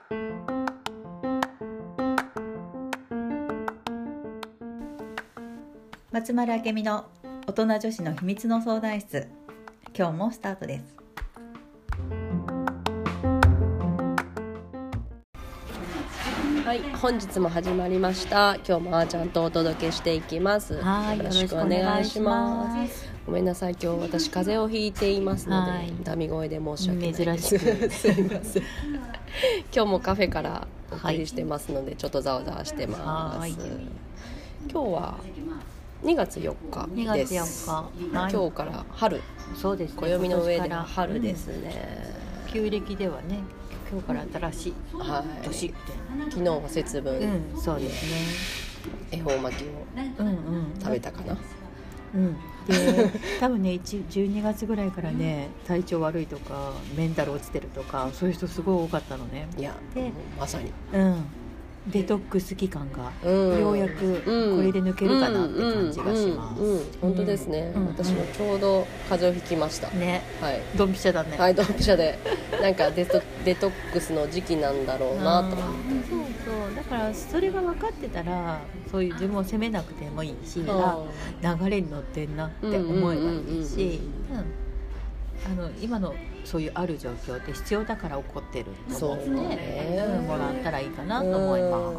松丸明美の大人女子の秘密の相談室、今日もスタートです。 はい、本日も始まりました。今日もあーちゃんとお届けしていきます。 はい、 よろしくお願いします。ごめんなさい、今日私風邪をひいていますので、ダミ声で申し訳ないです。 珍しくすいません。今日もカフェからお送りしてますので、ちょっとざわざわしてます。今日は2月4日です。今日から春。 そうですね、 暦の上では春ですね。 旧暦ではね、今日から新しい年って、 昨日は節分、 そうですね、 恵方巻きを食べたかな、 で多分ね12月ぐらいからね、体調悪いとかメンタル落ちてるとか、そういう人すごい多かったのね。 いや、 でまさに、 デトックス期間がようやくこれで抜けるかなって感じがします。 本当ですね、私もちょうど風邪をひきましたね、 はい、 ドンピシャだね。 はい、ドンピシャでなんかデトックスの時期なんだろうなと思って。 そうだからそれが分かってたら、そういう自分を責めなくてもいいし、流れに乗ってんなって思えばいいし、今のそういうある状況って必要だから起こってると思ってもらったらいいかなと思います。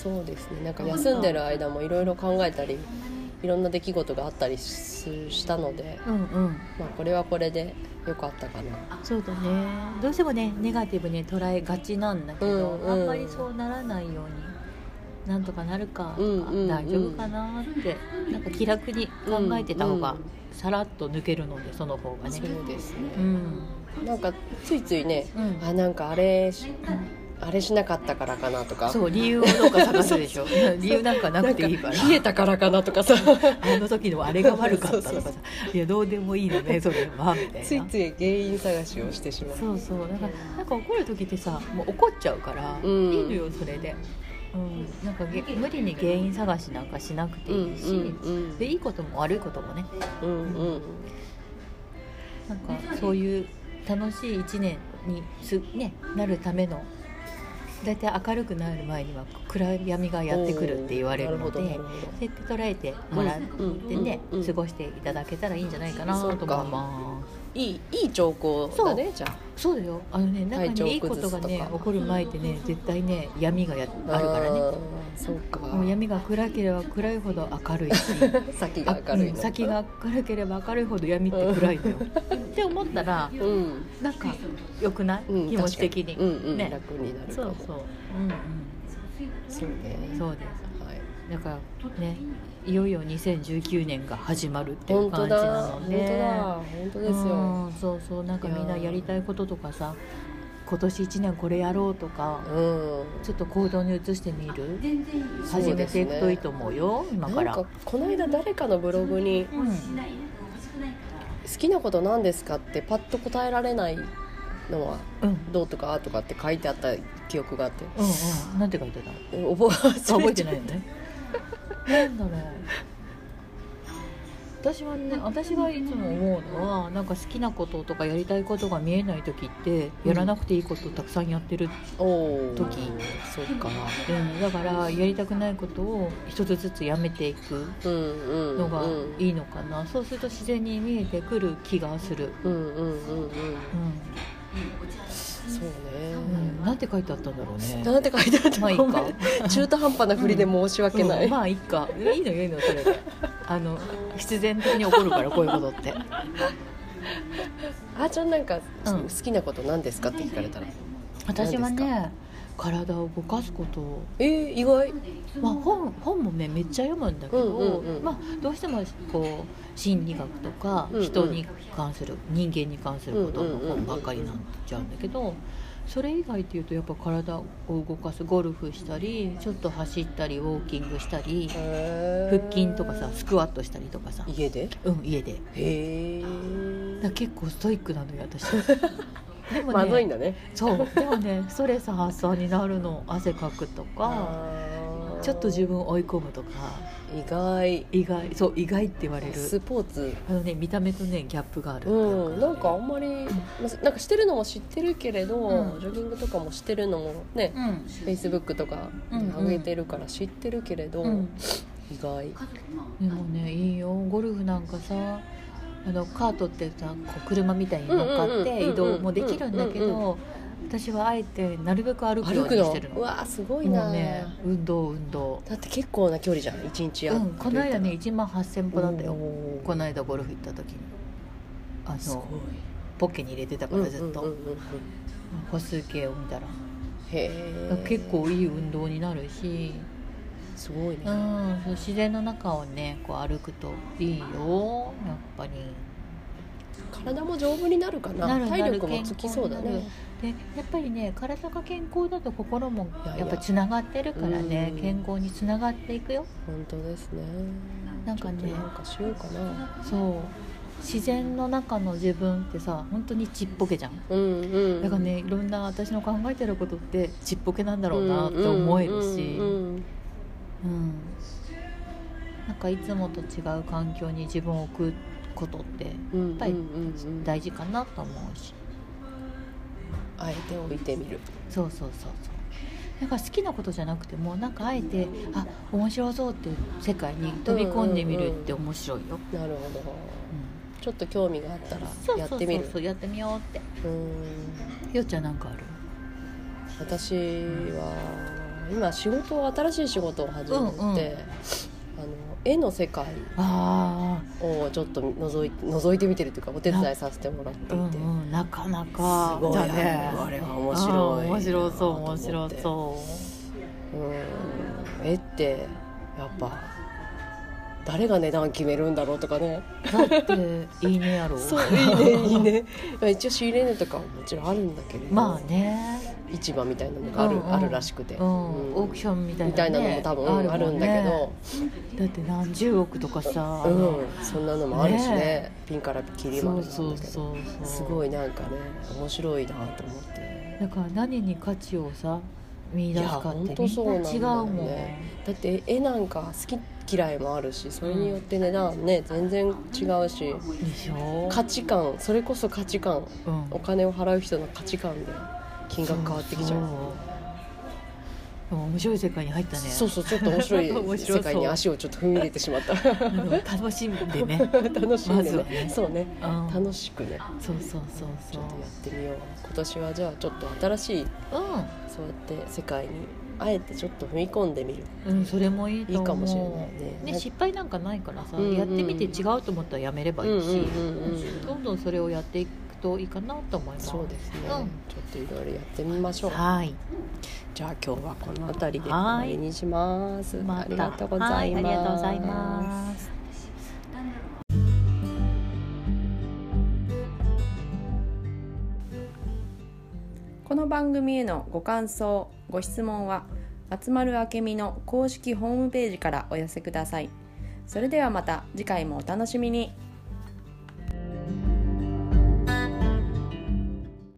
そうですね、なんか休んでる間もいろいろ考えたり、いろんな出来事があったりしたので、まあ、これはこれで良かったかな。 そうだね、どうしてもねネガティブに捉えがちなんだけど、あんまりそうならないように、なんとかなるかとか、大丈夫かなってなんか気楽に考えてた方がさらっと抜けるので、その方がね。 そうですね、なんかついついね、なんかあれしなかったからかなとか、 そう理由をどうか探すでしょ理由なんかなくていいから、 冷えたからかなとかさあの時のあれが悪かったとかさいやどうでもいいのねそれはみたいな、 ついつい原因探しをしてしまう。 そうなんか怒る時ってさ、もう怒っちゃうから、いいのよそれで。なんか無理に原因探しなんかしなくていいし、でいいことも悪いこともね、なんかそういう楽しい一年になるための、だいたい明るくなる前には暗闇がやってくるって言われるので、そうやって捉えてもらってね、過ごしていただけたらいいんじゃないかなと思います。 いい兆候だね。じゃあそうだよ、中にいいことがね起こる前ってね、絶対ね闇があるからね。 そうか、 もう闇が暗ければ暗いほど明るいし先が明るいの、 先が明るければ明るいほど闇って暗いのよって思ったら、なんか良くない、気持ち的に、 楽になるかも。 そうそうね、 そうです、だからね、いよいよ2019年が始まるっていう感じなので、 本当ですよ、 そうなんかみんなやりたいこととかさ、今年1年これやろうとか、ちょっと行動に移してみる、始めていくといいと思うよ、今から。 なんかこの間誰かのブログに、好きなこと何ですかってパッと答えられないのはどうとかとかって書いてあった記憶があって、 なんて書いてた？ 覚えてないよねなんだろう、私がいつも思うのは、なんか好きなこととかやりたいことが見えない時って、やらなくていいことをたくさんやってる時、 そうか、 だからやりたくないことを一つずつやめていくのがいいのかな。そうすると自然に見えてくる気がする。 そうね、 なんて書いてあったんだろうね。 なんて書いてあった、 まあいいか中途半端な振りで申し訳ない、 まあいいか、いいのそれで必然的に起こるからこういうことってあーちゃんなんか、好きなこと何ですかって聞かれたら、 私はね、体を動かすこと。 意外。 本もねめっちゃ読むんだけど、どうしてもこう心理学とか人に関する、人間に関することの本ばっかりになっちゃうんだけど、それ以外っていうとやっぱ体を動かす、ゴルフしたり、ちょっと走ったり、ウォーキングしたり、腹筋とかさ、スクワットしたりとかさ。 家で？ 家で。だ結構ストイックなのよ私でもね、 まずいんだね。 そうでもね、ストレス発散になるの。汗かくとか、 ちょっと自分を追い込むとか。 意外そう意外って言われるスポーツ見た目とねギャップがある、 なんかあんまり、なんかしてるのも知ってるけれど、ジョギングとかもしてるのもね、Facebook とか上げてるから知ってるけれど、意外でもねいいよ。ゴルフなんかさカートってさこう車みたいに乗っかって移動もできるんだけど、私はあえてなるべく歩くようにしてるの。 うわすごいな。 もうね運動だって結構な距離じゃん1日やって、 この間ね1万8000歩だったよ。この間ゴルフ行った時にポッケに入れてたからずっと、歩数計を見たら結構いい運動になるし、 すごいね、 自然の中をねこう歩くといいよ。やっぱり体も丈夫になるかな。体力もつきそうだね。 でやっぱりね体が健康だと心もやっぱつながってるからね、健康につながっていくよ。 本当ですね。 なんかねなんかしようかな。 そう自然の中の自分ってさ本当にちっぽけじゃん、だからねいろんな私の考えてることってちっぽけなんだろうなって思えるし、なんかいつもと違う環境に自分を置くことってやっぱり大事かなと思うし、 あえて置いてみる。 そうなんか好きなことじゃなくてもなんかあえて面白そうっていう世界に飛び込んでみるって面白いよ。 なるほど、ちょっと興味があったらやってみる。 そうやってみようって。よっちゃんなんかある？ 私は今新しい仕事を始めて、絵の世界をちょっと覗いてみてるというかお手伝いさせてもらっていて、 なかなかすごいあれは面白い。 面白そう。 絵ってやっぱ誰が値段決めるんだろうとかね。 だっていいねやろ。 そういいね一応仕入れ値とかはもちろんあるんだけど、 まあね市場みたいなのがあるらしくて、 オークションみたいなのも多分あるんだけど、 だって何十億とかさ、 そんなのもあるしね、ピンからキリまでなんだけど、 そうすごいなんかね面白いなと思って。 だから何に価値をさ見出すかってみんな違うもんね。 だって絵なんか好き嫌いもあるし、それによって値段ね全然違うし、 でしょ。 価値観、それこそ価値観、お金を払う人の価値観で金額変わってきちゃう。 面白い世界に入ったね。 そうちょっと面白い世界に足をちょっと踏み入れてしまった楽しんでね楽しんでね、 まずね、 そうね、楽しくね、 そうちょっとやってみよう。今年はじゃあちょっと新しい、そうやって世界にあえてちょっと踏み込んでみる、 それもいいと思う。 いいかもしれないね。 失敗なんかないからさ、やってみて違うと思ったらやめればいいし、どんどんそれをやっていくといいかなと思います。 そうですね、ちょっといろいろやってみましょう。じゃあ今日はこの辺りで終わりにします。ありがとうございます。ありがとうございます。この番組へのご感想、ご質問は松丸明美の公式ホームページからお寄せください。それではまた次回もお楽しみに。